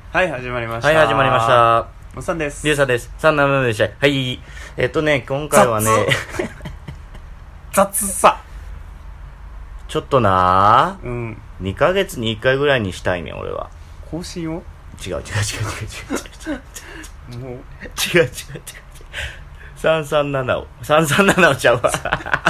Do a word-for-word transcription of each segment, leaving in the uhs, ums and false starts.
はい始まりました。 はい始まりました。 おっさんです。 リュウさんです。さんななでした。はい。えっとね今回はね雑さちょっとなうん。 にかげつにいっかいぐらいにしたいねん俺は。 更新を違う違う違う違う違う違う違うもう違う違う違うさんさんななをさんさんななをちゃうわ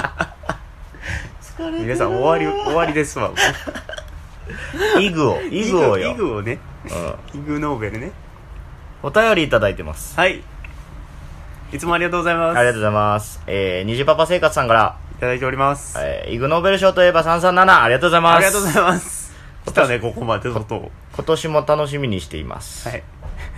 疲れてる。 皆さん終わり終わりですわ。 イグをイグをよイグをね、 うん、 イグノーベルね。 お便りいただいてます。 はい、いつもありがとうございます。 ありがとうございます。えー、虹パパ生活さんからいただいております。 えー、イグノーベル賞といえばさんさんなな。ありがとうございます。 ありがとうございます。来たねここまでとと今年も楽しみにしています。 はい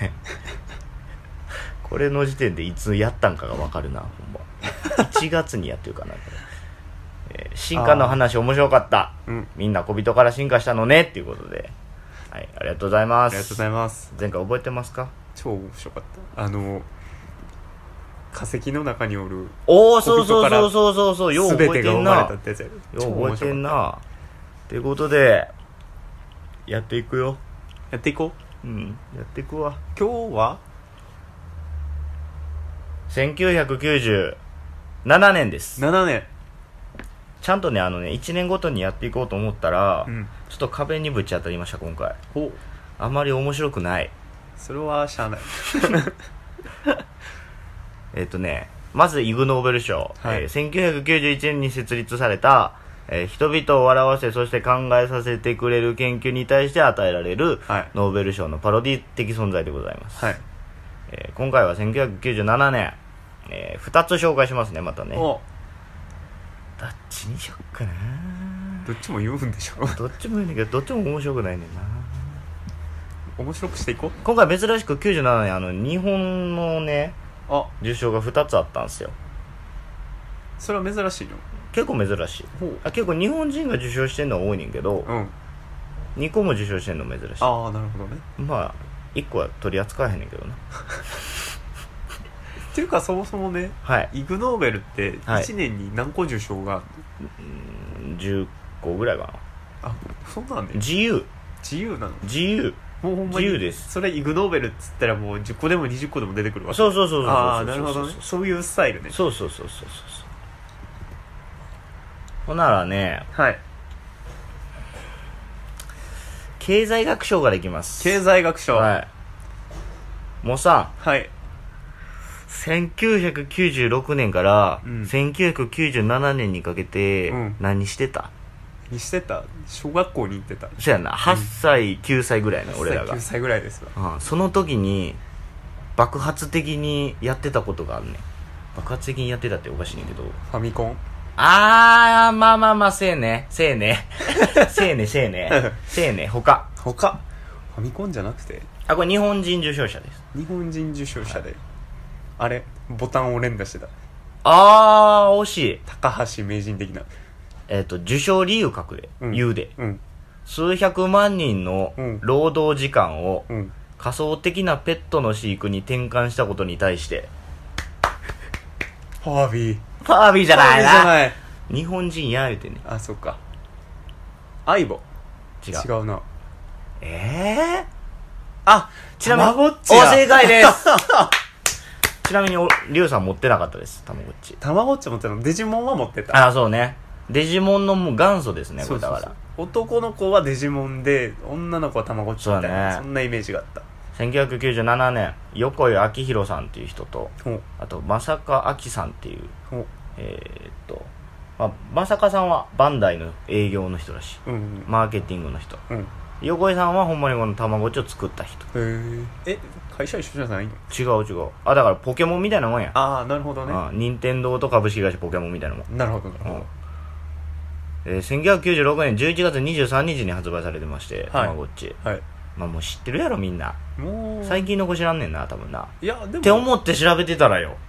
これの時点でいつやったんかが分かるな。ほんまいちがつにやってるかな、えー、進化の話面白かった、うん、みんな小人から進化したのねっていうことで、はい、ありがとうございます。 ありがとうございます。 前回覚えてますか？ 超面白かった。あの化石の中におるおおそうそうそうそうそうそうよう覚えてんな。よう覚えてんなっていうことでやっていくよ。 やっていこううんやっていくわ。 今日はせんきゅうひゃくきゅうじゅうななねんです。 ななねん。 ちゃんとねあのねいちねんごとにやっていこうと思ったら、うん、ちょっと壁にぶち当たりました今回。 おあまり面白くない。 それはしゃあないえっとねまずイグノーベル賞、はい、えー、せんきゅうひゃくきゅうじゅういちねんに設立された、えー、人々を笑わせそして考えさせてくれる研究に対して与えられる、はい、ノーベル賞のパロディ的存在でございます、はい、えー、今回はせんきゅうひゃくきゅうじゅうななねん、えー、ふたつ紹介しますね。またねおどっちにしよっかな。 どっちも言うんでしょどっちも言うんだけどどっちも面白くないねんな。 面白くしていこう。 今回珍しくきゅうじゅうななねんあの日本のねあ受賞がふたつあったんですよ。 それは珍しいの？ 結構珍しい。あ結構日本人が受賞してんのは多いねんけど、うん、にこも受賞してんの珍しい。 ああなるほどね。 まあいっこは取り扱えへんねんけどなっていうかそもそもね、はい、イグノーベルっていちねんに何個受賞があるの？ うんじゅっこぐらいかな。 あそんなんね。 自由自由なの？ 自由もうほんまに自由です。 それイグノーベルっつったらもうじゅっこでもにじゅっこでも出てくるわけ。 そうそうそうそうそう。 ああなるほどね。そういうスタイルね。 そうそうそうそうそう。ほならね、 はい、 経済学賞ができます。 経済学賞、 はい、もうさ、 はい、 せんきゅうひゃくきゅうじゅうろくねんから、うん、せんきゅうひゃくきゅうじゅうななねんにかけて、うん、何してた？ にしてた？小学校に行ってた。 そうやな、はっさい、うん、きゅうさいぐらいね俺らが。 きゅうさいぐらいですわ、 うん、その時に爆発的にやってたことがあるねん。爆発的にやってたっておかしいねんけど、 ファミコン。 あーまあまあまあせえねせえねせえねせえねせえね他他ファミコンじゃなくて、 あこれ日本人受賞者です。 日本人受賞者で、はい、あれボタンを連打してた。 あー惜しい。 高橋名人的な。 えっ、ー、と受賞理由書くで、うん、言うで、うん、数百万人の労働時間を仮想的なペットの飼育に転換したことに対して、 ファービーファービーじゃないな。 じゃない。 日本人や言うてね。 あそっか。アイボ違う違うな。 えー、 あちなみにたまごっちや。 お正解ですちなみにリュウさん持ってなかったです。たまごっち。 たまごっち持ってたの。デジモンは持ってた。 あそうね。デジモンのもう元祖ですね。これだから。そうそうそう。男の子はデジモンで女の子はたまごっちみたいな、 そ,、ね、そんなイメージがあった。 せんきゅうひゃくきゅうじゅうななねん横井明宏さんっていう人と、あと正川明さんっていう、えー、っと、まあ、正川さんはバンダイの営業の人らしい、うんうん、マーケティングの人、うん、横井さんはほんまにこのたまごっちを作った人。 へえ。会社一緒じゃないの？ 違う違う。あだからポケモンみたいなもんや。 ああなるほどね。 任天堂と株式会社ポケモンみたいなもん。 なるほどなるほど、うんえー、せんきゅうひゃくきゅうじゅうろくねんじゅういちがつにじゅうさんにちに発売されてまして、たまごっち、はい、まあもう知ってるやろみんな。もう最近の子知らんねんな多分な。 いやでもって思って調べてたらよ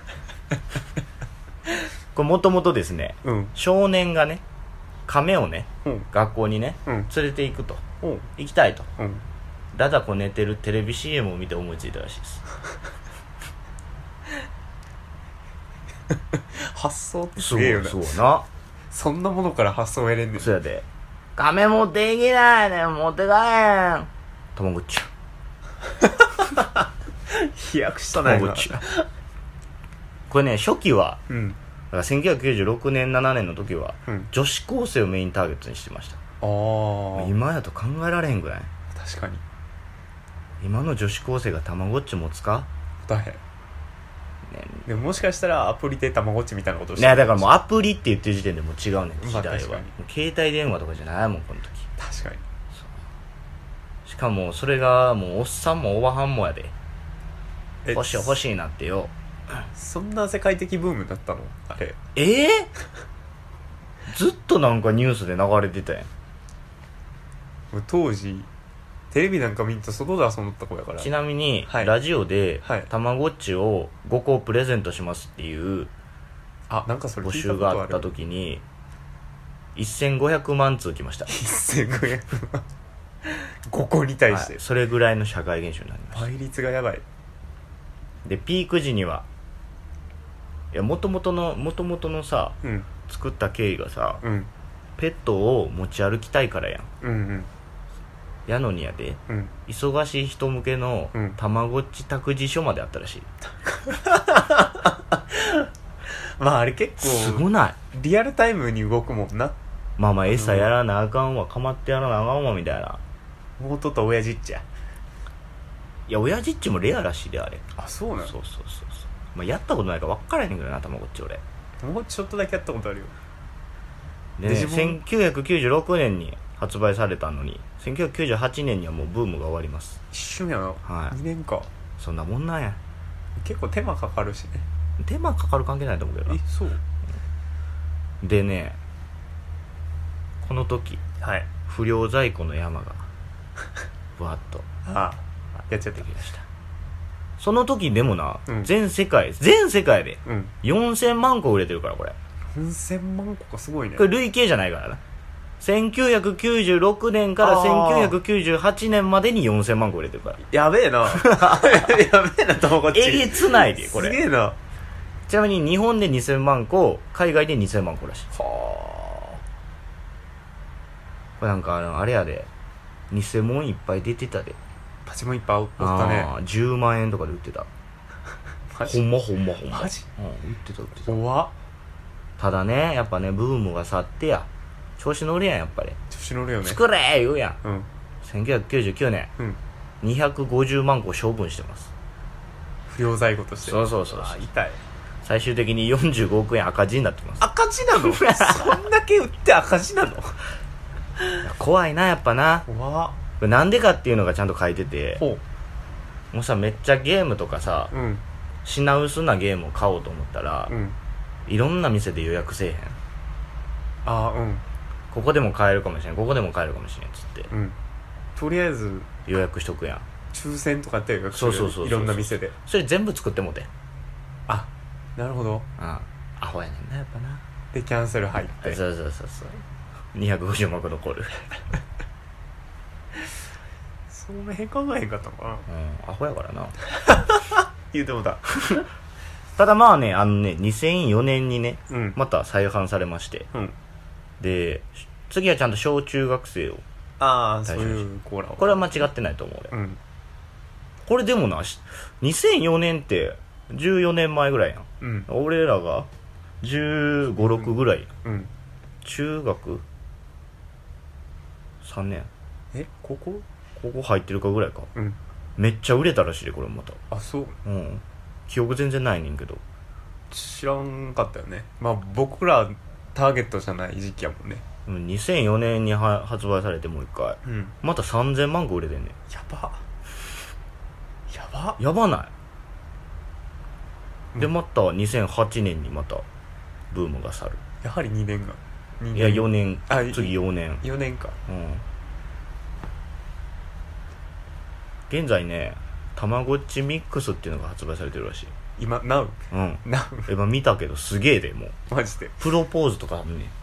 これもともとですね、うん、少年がね亀をね、うん、学校にね、うん、連れて行くと、うん、行きたいと、うん、だだこ寝てるテレビ シーエム を見て思いついたらしいです発想ってすげえよな。 そうそうな。 そんなものから発想を得れんねん。 そうやで。亀持っていけないねん持ってかへんたまごっち飛躍したな今。 これね初期は、 うん、 だからせんきゅうひゃくきゅうじゅうろくねんななねんの時は、 うん、 女子高生をメインターゲットにしてました。 ああ今やと考えられへんぐらい。 確かに今の女子高生がたまごっち持つか。 大変、ね、でももしかしたらアプリでたまごっちみたいなことをしてる。ねだからもうアプリって言ってる時点でもう違うねん時代は、 まあ、確かにもう携帯電話とかじゃないもんこの時。 確かに。 しかもそれがもうおっさんもおばはんもやで欲しい欲しいなってよ。 そんな世界的ブームだったのあれ。 ええー、ずっとなんかニュースで流れてたやん。 当時テレビなんか見んと外で遊んどった子やから。 ちなみに、 はい、 ラジオで、 はい、 たまごっちをごこプレゼントしますっていうあなんかそれ募集があった時にせんごひゃくまん通来ました。 せんごひゃくまんごこに対して、 はい、それぐらいの社会現象になりました。 倍率がやばい。 でピーク時にはいや元々の元々のさ、うん、作った経緯がさ、うん、ペットを持ち歩きたいからやん、うんうん、やのにやで、うん、忙しい人向けのたまごっち託児所まであったらしい、うん、 まああれ結構すごない？ リアルタイムに動くもんな。 まあまあ餌やらなあかんわ、かまってやらなあかんわみたいな。 妹と親父っちゃ。 いや親父っちもレアらしいであれ。 あそうなの。 そうそうそうそう、まあ、やったことないから分からへんけどなたまごっち。俺たまごっちちょっとだけやったことあるよ。 で、ね、せんきゅうひゃくきゅうじゅうろくねんに発売されたのにせんきゅうひゃくきゅうじゅうはちねんにはもうブームが終わります。 一瞬やな、はい、にねんか。 そんなもんなんや。 結構手間かかるしね。 手間かかる関係ないと思うけどな。 えそうでねこの時、はい、不良在庫の山がわっとああやっちゃってきました。 その時でもな、うん、全世界全世界でよんせんまんこ売れてるから。これよんせんまんこかすごいね。 これ累計じゃないからな。せんきゅうひゃくきゅうじゅうろくねんからせんきゅうひゃくきゅうじゅうはちねんまでによんせんまんこ売れてるから。 やべえなやべえなたまごっち。 えげつないでこれ。 すげえな。 ちなみに日本でにせんまんこ、海外でにせんまんこらしい。 はあ。 これなんかあのあれやで偽物いっぱい出てたで。 パチモンいっぱい売ったね。 あじゅうまんえんとかで売ってた。 マジほんまほんまほんまマジ、 うん、売ってた売ってた。 怖っ。 ただねやっぱねブームが去ってや調子乗るやん。やっぱり調子乗るよね。 作れー言うやん、うん、せんきゅうひゃくきゅうじゅうきゅうねん、うん、にひゃくごじゅうまんこ処分してます。 不良在庫として。 そうそうそうそう。 あ痛い。 最終的によんじゅうごおくえん赤字になってます。 赤字なのそんだけ売って赤字なの怖いなやっぱな。 怖っ。 これなんでかっていうのがちゃんと書いてて、もうさめっちゃゲームとかさ、うん、品薄なゲームを買おうと思ったら、うん、いろんな店で予約せえへん。 ああうんここでも買えるかもしれんここでも買えるかもしれんっつって、うん、 とりあえず予約しとくやん。 抽選とかって予約する。そうそうそうそう、いろんな店でそれ全部作ってもて。 あなるほど。 ああアホやねんなやっぱな。 でキャンセル入ってそうそうそうそうにひゃくごじゅうまんこ残るその辺考えへんかったのかな。うんアホやからな言うてもだただまあねあのねにせんよねんにね、うん、また再販されまして、うん、で次はちゃんと小中学生をああそういうコーラをこれは間違ってないと思う俺、うん、これでもなにせんよねんってじゅうよねんまえぐらいやん、うん、俺らがじゅうご、ろくぐらい、うん、中学さんねんえここここ入ってるかぐらいか、うん、めっちゃ売れたらしいでこれまた。 あそううん記憶全然ないねんけど。 知らんかったよね。まあ僕らターゲットじゃない時期やもんね。 にせんよねんには発売されてもう一回、うん、またさんぜんまんこ売れてんねん。 やばやばやばない、うん、でまたにせんはちねんにまたブームが去る。 やはりにねんがにねんいやよねん次よねんよねんか。 うん現在ねたまごっちミックスっていうのが発売されてるらしい今。ナウうんナウ今見たけどすげえでもうマジでプロポーズとかあるね。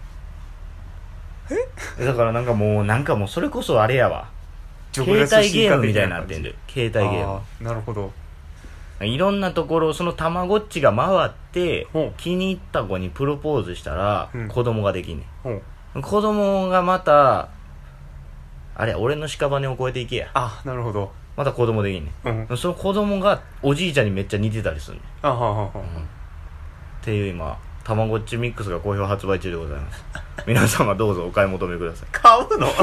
えだからなんかもうなんかもうそれこそあれやわ携帯ゲームみたいになってんで。携帯ゲーム。 あなるほど。 いろんなところそのたまごっちが回って気に入った子にプロポーズしたら子供ができんねん、うん、子供がまたあれ俺の屍を越えていけや。 あなるほど。 また子供できんね、うん、その子供がおじいちゃんにめっちゃ似てたりするねあははは、うん、 っていう今たまごっちミックスが好評発売中でございます皆様どうぞお買い求めください買うの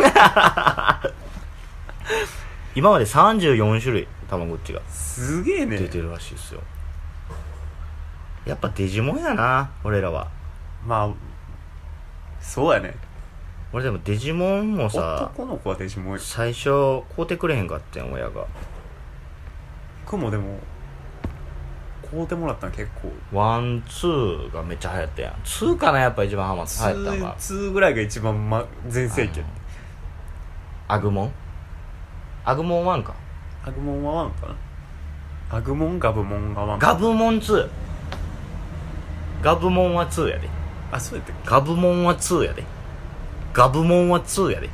今までさんじゅうよんしゅるいたまごっちがすげえね出てるらしいですよ。やっぱデジモンやな俺らは。 まあそうやね。 俺でもデジモンもさ男の子はデジモン最初買うてくれへんかったん親が。 僕もでも買うてもらったん結構ワンツーがめっちゃ流行ったやん。ツーかなやっぱ一番ハマった流行ったんがツーぐらいが一番、ま、全盛期。 アグモンアグモンワンか。 アグモンはワンかな。アグモンガブモンがワン。 ガブモンツー。ガブモンはツーやで。 あ、そうやったっけ。 ガブモンはツーやで。ガブモンはツーやで。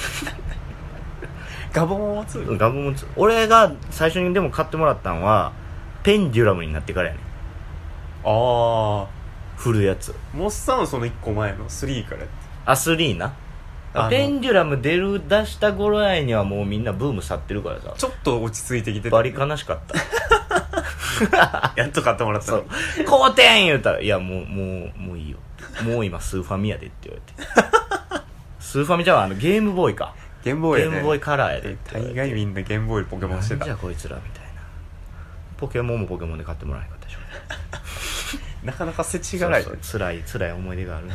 ガブモンはツー。 ガブモンツー。俺が最初にでも買ってもらったんはペンデュラムになってからやね。 ああ。 振るやつ。 モッサンそのいっこまえのスリーからやって。 あ、スリーな。ペンデュラム出る出した頃合いにはもうみんなブーム去ってるからさ。 ちょっと落ち着いてきてた、 バリ悲しかったやっと買ってもらったの。 そう買うてん言うたらいやもうもうもういいよもう今スーファミやでって言われてスーファミじゃああのゲームボーイか。 ゲームボーイやね。 ゲームボーイカラーやで。 大概みんなゲームボーイポケモンしてた。 なんじゃこいつらみたいな。ポケモンもポケモンで買ってもらえなかったでしょなかなか世知辛い。 そうそう辛い辛い思い出がある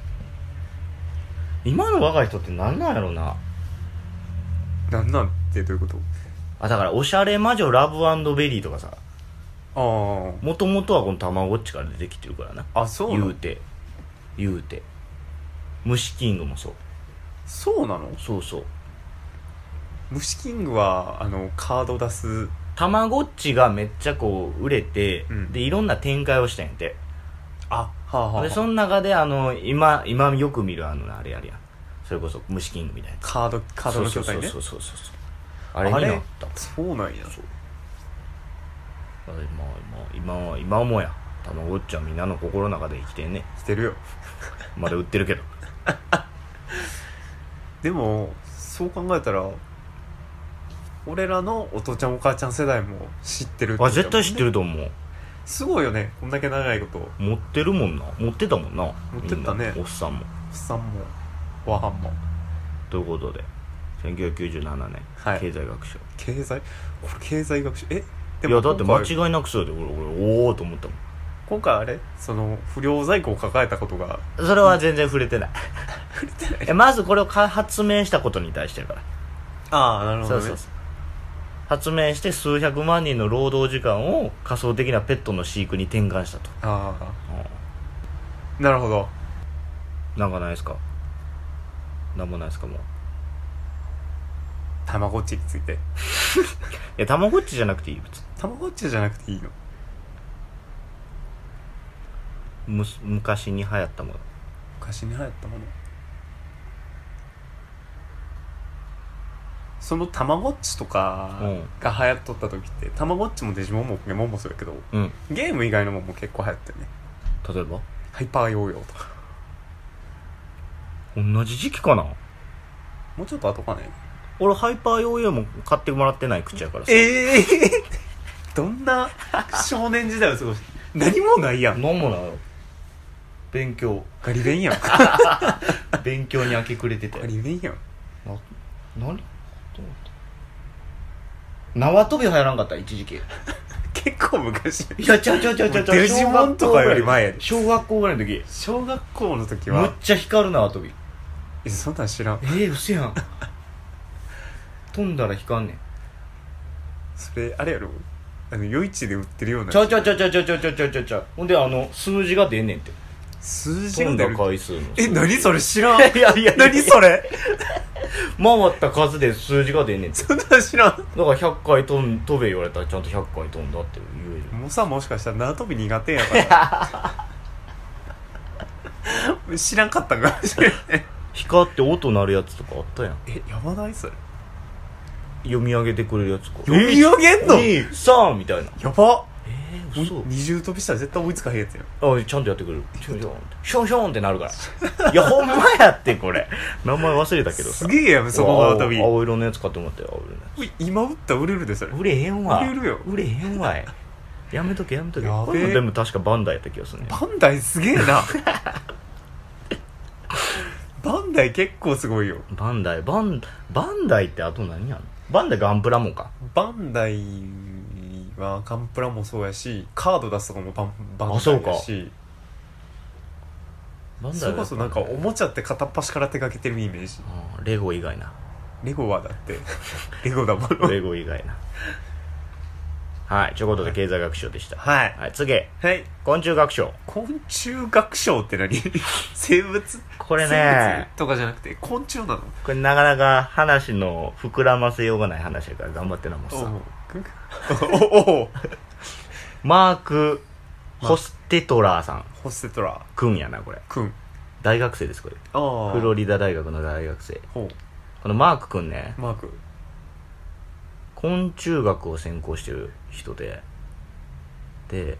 今の若い人って何なんやろうな。 なんなんってどういうこと。 あだからおしゃれ魔女ラブ&ベリーとかさ、 ああもともとはこのたまごっちから出てきてるからな。 あ、そうなの。 言うて言うて虫キングもそう。 そうなの。 そうそう。 虫キングはあのカード出すたまごっちがめっちゃこう売れて、 うん、 でいろんな展開をしたんやて。 あ、はあはあ、 でその中であの今今よく見るあのあれあれやん、それこそ虫キングみたいなカードカードの筐体ね。 そうそうそうそうそうあれになった。 そうなんや。 そう今今今はもうやたまごっちはみんなの心の中で生きてんね。 生きてるよまだ売ってるけどでもそう考えたら俺らのお父ちゃんお母ちゃん世代も知ってるって、ね、 あ絶対知ってると思う。 すごいよねこんだけ長いこと持ってるもんな。持ってたもんな。 持ってたね。 おっさんもおっさんもおはんも。 ということでせんきゅうひゃくきゅうじゅうななねん、はい、経済学賞。 経済これ経済学賞えでもいやだって間違いなくそうで俺俺おおと思ったもん。 今回あれその不良在庫を抱えたことがそれは全然触れてない触れてない。 えまずこれを発明したことに対してるから。 ああなるほどね。そうそうそう。 発明して数百万人の労働時間を仮想的なペットの飼育に転換したと。 ああ、うん、なるほど。 なんかないですか。なんもないですか。もうたまごっちについていやたまごっちじゃなくていい。別にたまごっちじゃなくていいの。 む昔に流行ったもの。 昔に流行ったもの。そのたまごっちとかが流行っとった時って、たまごっちもデジモンもポケモンもそうやけど、うん、ゲーム以外のもんも結構流行ってるね。 例えばハイパーヨーヨーとか。 同じ時期かな。もうちょっと後かね。 俺ハイパーヨーヨーも買ってもらってない口やからさ。 ええー、どんな少年時代を過ごして何もないやん。 何もないよ。勉強ガリ勉やん勉強に明け暮れててガリ勉やん。 な何縄跳び流行らんかった一時期結構昔。 いやちゃうちゃうちゃうちゃうデジモンとかより前やで。 小学校ぐらいの時。 小学校の時はむっちゃ光る縄跳び。 えそんなん知らん。 えー、嘘やん飛んだら光んねん。 それあれやろあの夜市で売ってるような。 ちゃうちゃうちゃうちゃうちゃうちゃうちゃうちゃうちゃうちゃう。ほんであの数字が出んねんって。 数字が出る。 飛んだ回数の。 え何それ知らん。 いやいや何それ回った数で数字が出んねんって。 そんなん知らん。だからひゃっかい飛ん飛べ言われたらちゃんとひゃっかい飛んだって言える。 もうさもしかしたら縄跳び苦手やから知らんかったんかもしれない光って音鳴るやつとかあったやん。 えやばないそれ。 読み上げてくれるやつか。 読み上げんの？ にさんみたいな。 やば。 えー、 そう二重跳びしたら絶対追いつかへんやつやん。あちゃんとやってくる。ションションションションってなるからいやほんまやってこれ名前忘れたけどすげえやんそこの跳び。 青, 青色のやつ買ってもらったよ。青色のやつ今売ったら売れるでそれ。 売れへんわ。 売れるよ。 売れへんわい。やめとけやめとけ。 やべえ。 でも確かバンダイやった気がするね。 バンダイすげえなバンダイ結構すごいよ。 バンダイバンバンダイってあと何やんの。バンダイガンプラもか。 バンダイはガンプラもそうやしカード出すとかもバンバンダイやし、バンダイそれこそなんかおもちゃって片っ端から手掛けてるイメージ。 あレゴ以外な。 レゴはだってレゴだものレゴ以外な。はいということで経済学賞でした。 はい、 はい、次、 はい、 昆虫学賞。 昆虫学賞って何生物これね生物とかじゃなくて昆虫なの。 これなかなか話の膨らませようがない話やから頑張ってなもんさ。 おおマーク・ホステトラーさん。 ホステトラーくんやなこれ。 くん大学生ですこれ。 あフロリダ大学の大学生。 ほうこのマークくんね、 マーク昆虫学を専攻してる人で、で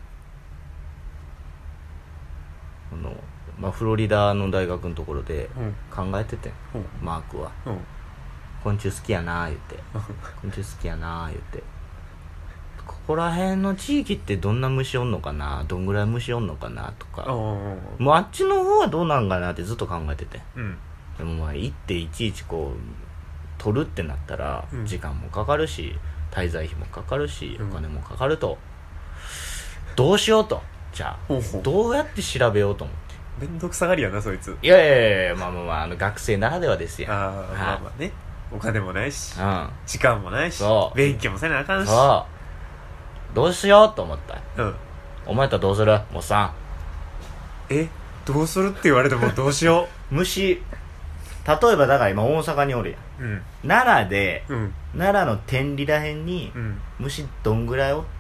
この、まあ、フロリダの大学のところで考えてて、うん、マークは、うん、昆虫好きやなー言って昆虫好きやなー言ってここら辺の地域ってどんな虫おんのかな、どんぐらい虫おんのかなとか、もうあっちの方はどうなんかなってずっと考えてて、うん、でもまあ行っていちいちこう取るってなったら時間もかかるし、うん、滞在費もかかるし、お金もかかると、うん、どうしようと、じゃあほうほうどうやって調べようと思って。 めんどくさがりやなそいつ。 いやいやいやまあまあまあ、あの学生ならではですよ。 あ、 はい、 まあまあね、お金もないし、 うん、 時間もないし、そう勉強もせなあかんし、 そうどうしようと思った、うん、お前とどうするもっさん。 えどうするって言われてもどうしよう虫例えばだから今大阪におるやん、うん、奈良で、うん、奈良の天理らへんに、うん、虫どんぐらいおって、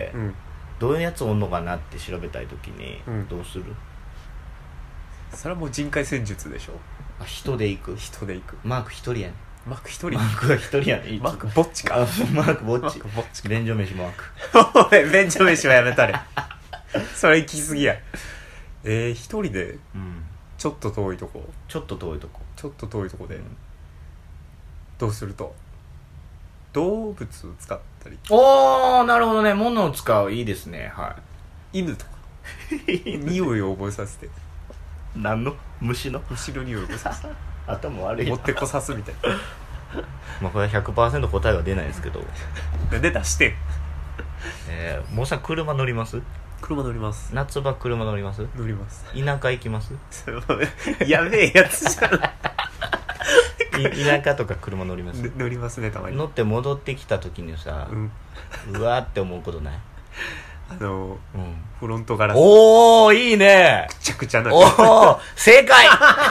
うん、どういうやつおんのかなって調べたいときに、うん、どうする。 それはもう人海戦術でしょ。 あ人で行く。 人で行く。 マーク一人やね。 マーク一人。 マークは一人やね。 マークぼっちか。 マークぼっち。ぼっち。便所飯マーク。便所飯はやめたれ。それ行き過ぎや。えー、一人で、うん、ちょっと遠いとこ。 ちょっと遠いとこ。 ちょっと遠いとこで、うん、どうすると動物使ったり。 おーなるほどね、物を使う。いいですね。はい。 犬とか匂いを覚えさせて。 何の虫の虫の匂いを覚えさせて頭悪い持ってこさすみたいなまあこれは ひゃくパーセント 答えは出ないですけどなんで出してん。 えー、もうさん車乗ります。 車乗ります。 夏場車乗ります。 乗ります。 田舎行きますやべえやつじゃん田舎とか車乗ります。 乗りますねたまに。 乗って戻ってきた時にさ、うん、うわーって思うことない。 あのーうん、フロントガラスおーいいね。 くちゃくちゃなおー正解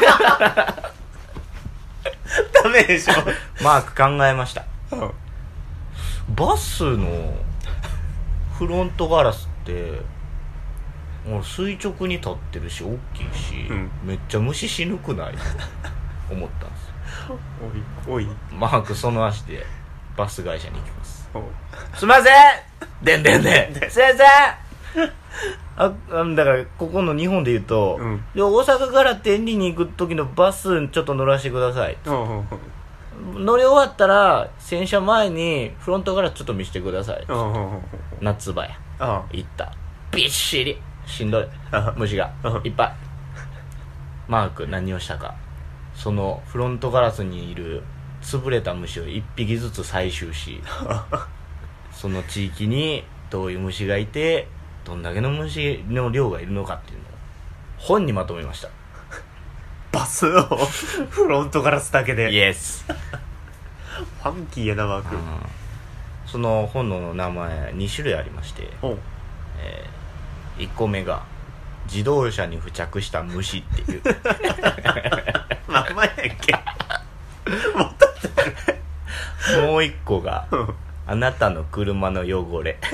ダメでしょ。 マーク考えました、 うん、 バスのフロントガラスってもう垂直に立ってるし大きいし、うん、めっちゃ虫しぬくない思ったんですよ。 おいおいマークその足でバス会社に行きます。すいませんでんでんでん先生あだからここの日本で言うと、うん、で大阪から天理に行く時のバスちょっと乗らせてください、うんうんうん、乗り終わったら洗車前にフロントガラスちょっと見せてください、うんうんうん、夏場や、うん、行ったびっしりしんどい虫がいっぱい。マーク何をしたか、そのフロントガラスにいる潰れた虫をいっぴきずつ採集しその地域にどういう虫がいてどんだけの虫の量がいるのかっていうのを本にまとめました。 バスをフロントガラスだけで。 イエスファンキーやなマーク、うん、 その本の名前に種類ありまして、えー、いっこめが自動車に付着した虫っていうまんまやんけもう一個があなたの車の汚れ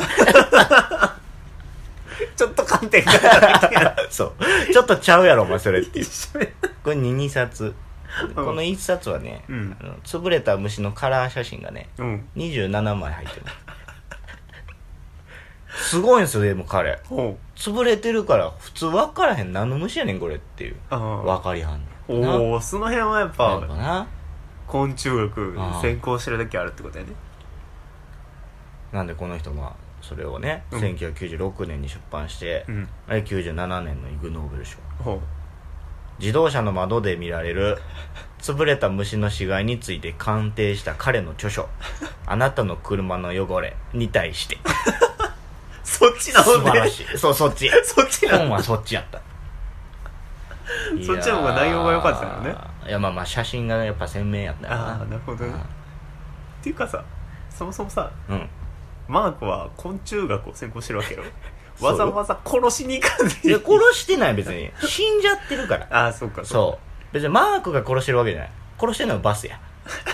ちょっと観点がそうちょっとちゃうやろお前それっていうこれに、にさつ、うん、このいっさつはね、うん、あの潰れた虫のカラー写真がね、うん、にじゅうななまい入ってるすごいんですよ。でも彼潰れてるから普通分からへん、何の虫やねんこれっていう分かりはんねん。おお、その辺はやっぱやっぱな昆虫学専攻してるだけあるってことやね。 なんでこの人まあそれをね、うん、せんきゅうひゃくきゅうじゅうろくねんに出版して、うん、きゅうじゅうななねんのイグ・ノーベル賞。自動車の窓で見られる潰れた虫の死骸について鑑定した彼の著書あなたの車の汚れに対してそっちな素晴らしい。そう、そっちそっちな本はそっちやったそっちの方が内容が良かったよね。 いやまあまあ写真がやっぱ鮮明やったよな。 ああなるほどね。っていうかさ、そもそもさ、 うん、 マークは昆虫学を専攻してるわけよ。わざわざ殺しに行かんでいい。 いや殺してない、別に死んじゃってるからああそうかそう、別にマークが殺してるわけじゃない、殺してるのはバスや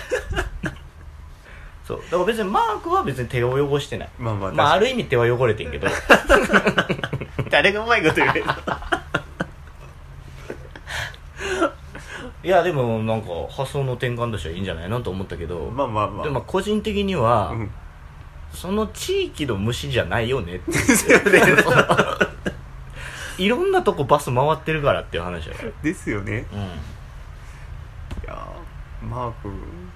そうだから別にマークは別に手を汚してない。 まあまあ、 まあ、ある意味手は汚れてんけど誰がうまいこと言うのいやでもなんか発想の転換としてはいいんじゃないのと思ったけど、 まあまあまあ、 でも個人的には、うん、その地域の虫じゃないよねっていろんなとこバス回ってるからっていう話だからですよね。 うん、いやマーク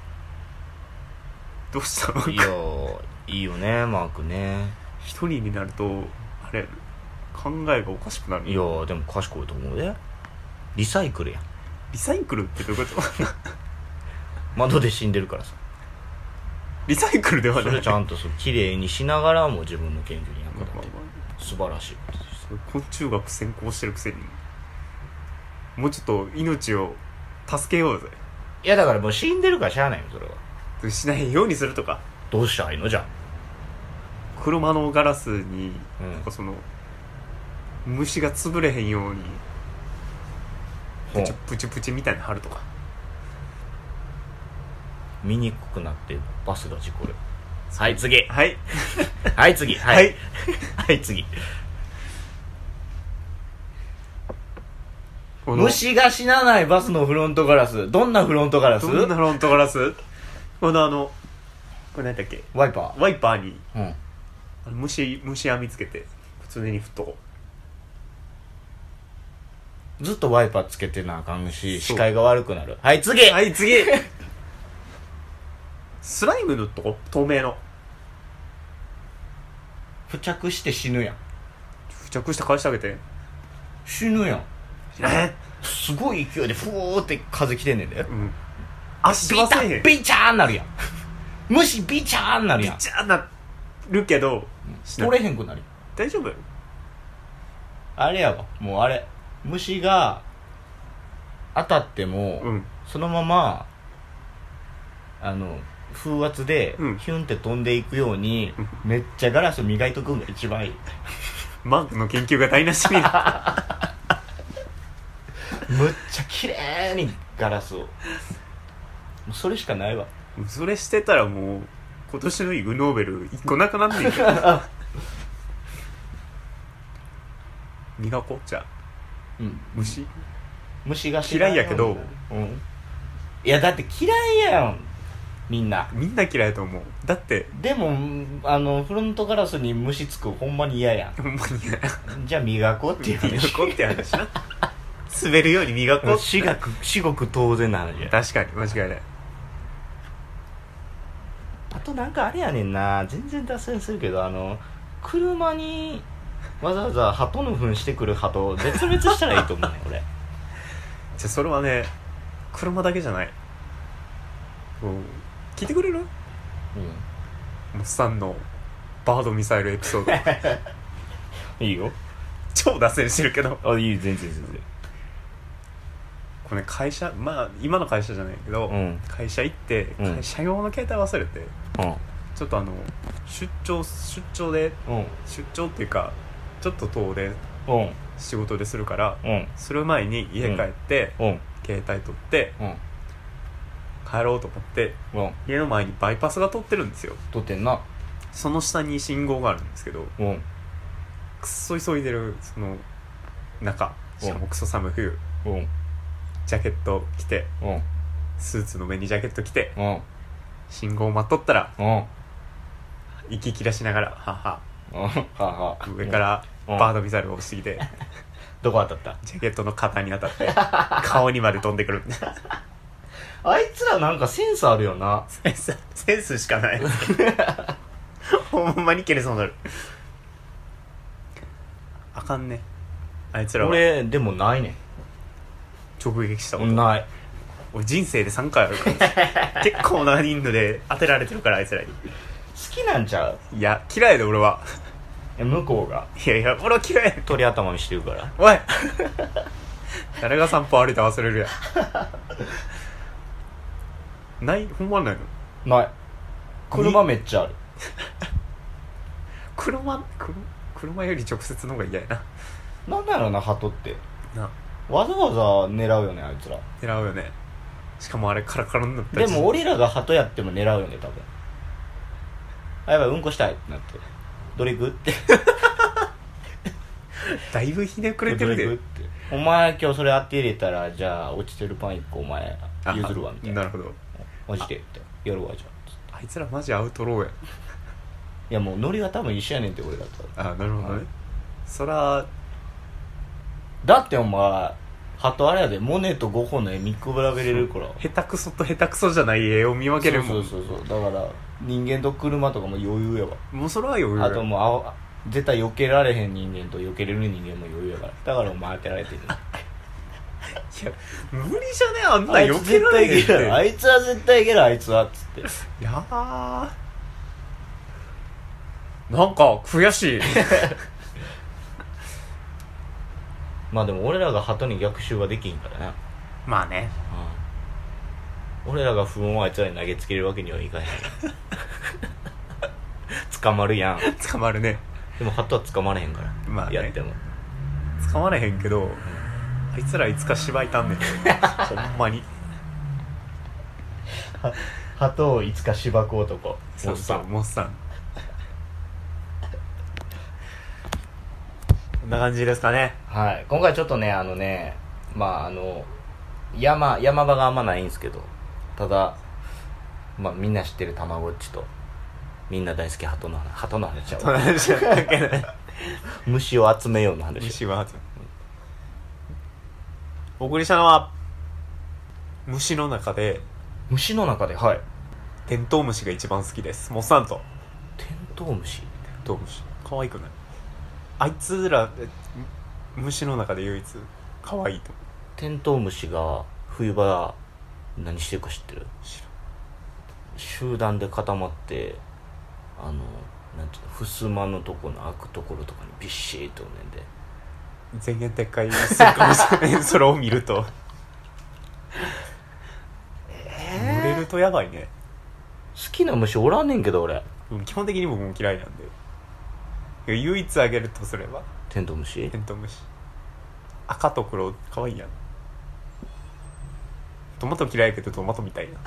どうしたの。 いやいいよねマークね。 一人になるとあれ考えがおかしくなる。 いやでも賢いと思うで。リサイクルやん。 リサイクルってどういうこと窓で死んでるからさ。 リサイクルではない。 それちゃんとそう綺麗にしながらも自分の研究に役立ってる、素晴らしいことです。 昆虫学専攻してるくせにもうちょっと命を助けようぜ。 いやだからもう死んでるからしゃあないよそれは。 しないようにするとか。 どうしたらいいのじゃあ車のガラスに、うん、なんかその虫が潰れへんようにプチプチプチみたいな貼るとか。 見にくくなってバスが事故る。はい次はいはい次はいはい、はい、次。虫が死なないバスのフロントガラス。どんなフロントガラス？ どんなフロントガラス？このあのこれ何だっけ？ ワイパー。 ワイパーに、 うん、 あの虫虫網つけて普通にふっとずっとワイパーつけてなあかんし視界が悪くなる。はい次はい次スライムのとこ透明の付着して死ぬやん。 付着して返してあげて。 死ぬやん。 えすごい勢いでふーって風来てんねんで、うん、 足はせえへん。 ビチャーンなるやん虫ビチャーンなるやん。 ビチャーンなるけど取れへんくなる。 大丈夫。 あれやわ、もうあれ虫が当たっても、うん、そのままあの風圧でヒュンって飛んでいくように、うん、めっちゃガラス磨いとくんが一番いいマークの研究が台無しになむっちゃ綺麗にガラスを。それしかないわ。 それしてたらもう今年のイグノーベルいっこなくなっていくから磨こうじゃあ、 うん、 虫虫が嫌いやけど、 うん、いやだって嫌いやんみんな。 みんな嫌いやと思う。だってでもあのフロントガラスに虫つくほんまに嫌やん。 ほんまに嫌や。 じゃあ磨こうっていう話。 磨こうって話な滑るように磨こう。 至極至極当然な話や。 確かに間違いない。 あとなんかあれやねんな、全然脱線するけど、あの車にわざわざ鳩の糞してくる鳩絶滅したらいいと思うね俺。 じゃあそれはね車だけじゃない。聞いてくれる？うん。モッサンのバードミサイルエピソードいいよ。 超脱線してるけど。 あ、いい、全然全然。 これ会社、まあ今の会社じゃないけど、うん、会社行って会社用の携帯忘れて、うん、ちょっとあの出張出張で、うん、出張っていうかちょっと遠出、うん、仕事でするから、うん、する前に家帰って、うん、携帯取って、うん、帰ろうと思って、うん、家の前にバイパスが通ってるんですよ。 通ってんな。 その下に信号があるんですけど、うん、くっそ急いでるその中、しかもクソ寒い冬、うん、ジャケット着て、うん、スーツの上にジャケット着て、うん、信号を待っとったら、うん、息切らしながらはは上からバードミサイルが落ちてきてどこ当たった？ ジャケットの肩に当たって顔にまで飛んでくるあいつらなんかセンスあるよな。 センスセンスしかないほんまに蹴れそうになる。あかんねあいつらは。 俺でもないねん、 直撃したことない。 俺人生でさんかいあるから結構な人数で当てられてるからあいつらに。好きなんちゃう？ いや嫌いで俺は。 向こうがいやいや俺は嫌い。 鳥頭にしてるから。 おい誰が散歩歩いて忘れるやんないほんまないの？ない。車めっちゃある車, 車車より直接の方が嫌やな。 なんだろうな、鳩ってなわざわざ狙うよね、あいつら。 狙うよね。しかもあれカラカラになったでも俺らが鳩やっても狙うよね多分。あ、やばいうんこしたいってなって、どれ行くってだいぶひねくれてるで。 どれ行くって、お前今日それ当て入れたらじゃあ落ちてるパンいっこお前譲るわみたいな。 なるほど。 マジでってやるわじゃあ。あいつらマジアウトローや。 いやもうノリは多分一緒やねんって俺だと。 あ、なるほどね、はい、そらだってお前鳩あれやで、モネとゴッホの絵見比べれるから。 下手くそと下手くそじゃない絵を見分けるもん。 そうそうそうそう、だから人間と車とかも余裕やわ。 もうそれは余裕や。 あともうあ絶対避けられへん人間と避けれる人間も余裕やから。だからお前当てられてるいや無理じゃねあんな避けられへんって。 あいつは絶対いける、あいつはっつって。 いやーなんか悔しいまあでも俺らが鳩に逆襲はできんからな。 まあね、 うん、俺らが不穏をあいつらに投げつけるわけにはいかへん捕まるやん。 捕まるね。 でも鳩は捕まれへんから、 まあね、 やっても捕まれへんけど、うん、あいつらいつか芝居たんねんほんまに鳩をいつか芝く男。 そうそうモッサンこんな感じですかね。 はい、今回ちょっとねあのねまああの山山場があんまないんですけど、ただまあみんな知ってるたまごっちとみんな大好き鳩の話、鳩の話ちゃう虫を集めようの話。 虫を集めお送りしたのは虫の中で虫の中ではいテントウムシが一番好きです。モッサンとテントウムシ。 テントウムシ可愛くない？あいつら虫の中で唯一可愛いと。 テントウムシが冬場何してるか知ってる？集団で固まってあのなんていうの、襖のとこの開くところとかにビッシーとねんで全言撤回するかもしれないそれを見るとえー、濡れるとやばいね。 好きな虫おらんねんけど俺、 うん、基本的に僕も嫌いなんで。唯一あげるとすればテントウムシ。 テントウムシ赤と黒可愛いやん。トマト嫌いやけどトマトみたいな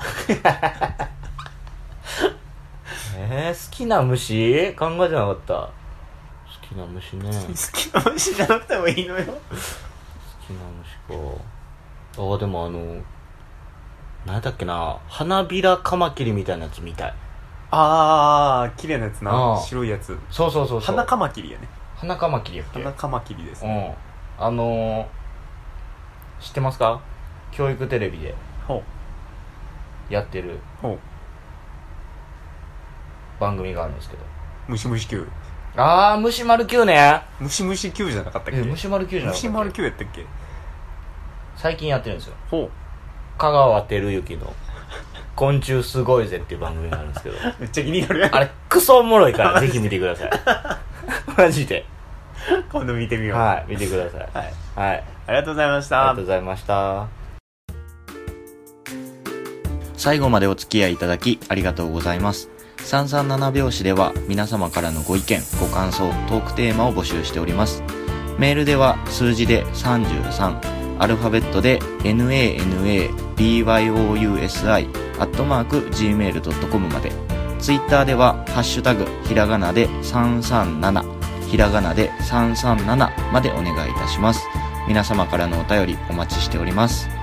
えー、好きな虫考えてなかった。好きな虫ね好きな虫じゃなくてもいいのよ。好きな虫か。ああでもあの何だっけな、花びらカマキリみたいなやつ見たい。 あー綺麗なやつな、白いやつ。 そうそうそうそう、 花カマキリやね。 花カマキリやっけ。 花カマキリですね、 うん、あのー、知ってますか？教育テレビでやってる番組があるんですけど、 ムシムシ Q。 あー虫丸 Q ね。 ムシムシ Q じゃなかったっけ？ ムシ丸 Q じゃなかったっけ？ ムシ丸 Q やったっけ？ 最近やってるんですよ。 ほう香川照之の昆虫すごいぜっていう番組があるんですけどめっちゃ気になるやん。 あれクソおもろいからぜひ見てくださいマジで今度見てみよう。 はい見てください。はい、はい、 ありがとうございました。 ありがとうございました。最後までお付き合いいただきありがとうございます。さんさんなな拍子では皆様からのご意見ご感想トークテーマを募集しております。メールでは数字でさんじゅうさんアルファベットで ナナビヨウスアイ アットマーク ジーメール ドットコム まで。ツイッターではハッシュタグひらがなでさんさんななひらがなでさんさんななまでお願いいたします。皆様からのお便りお待ちしております。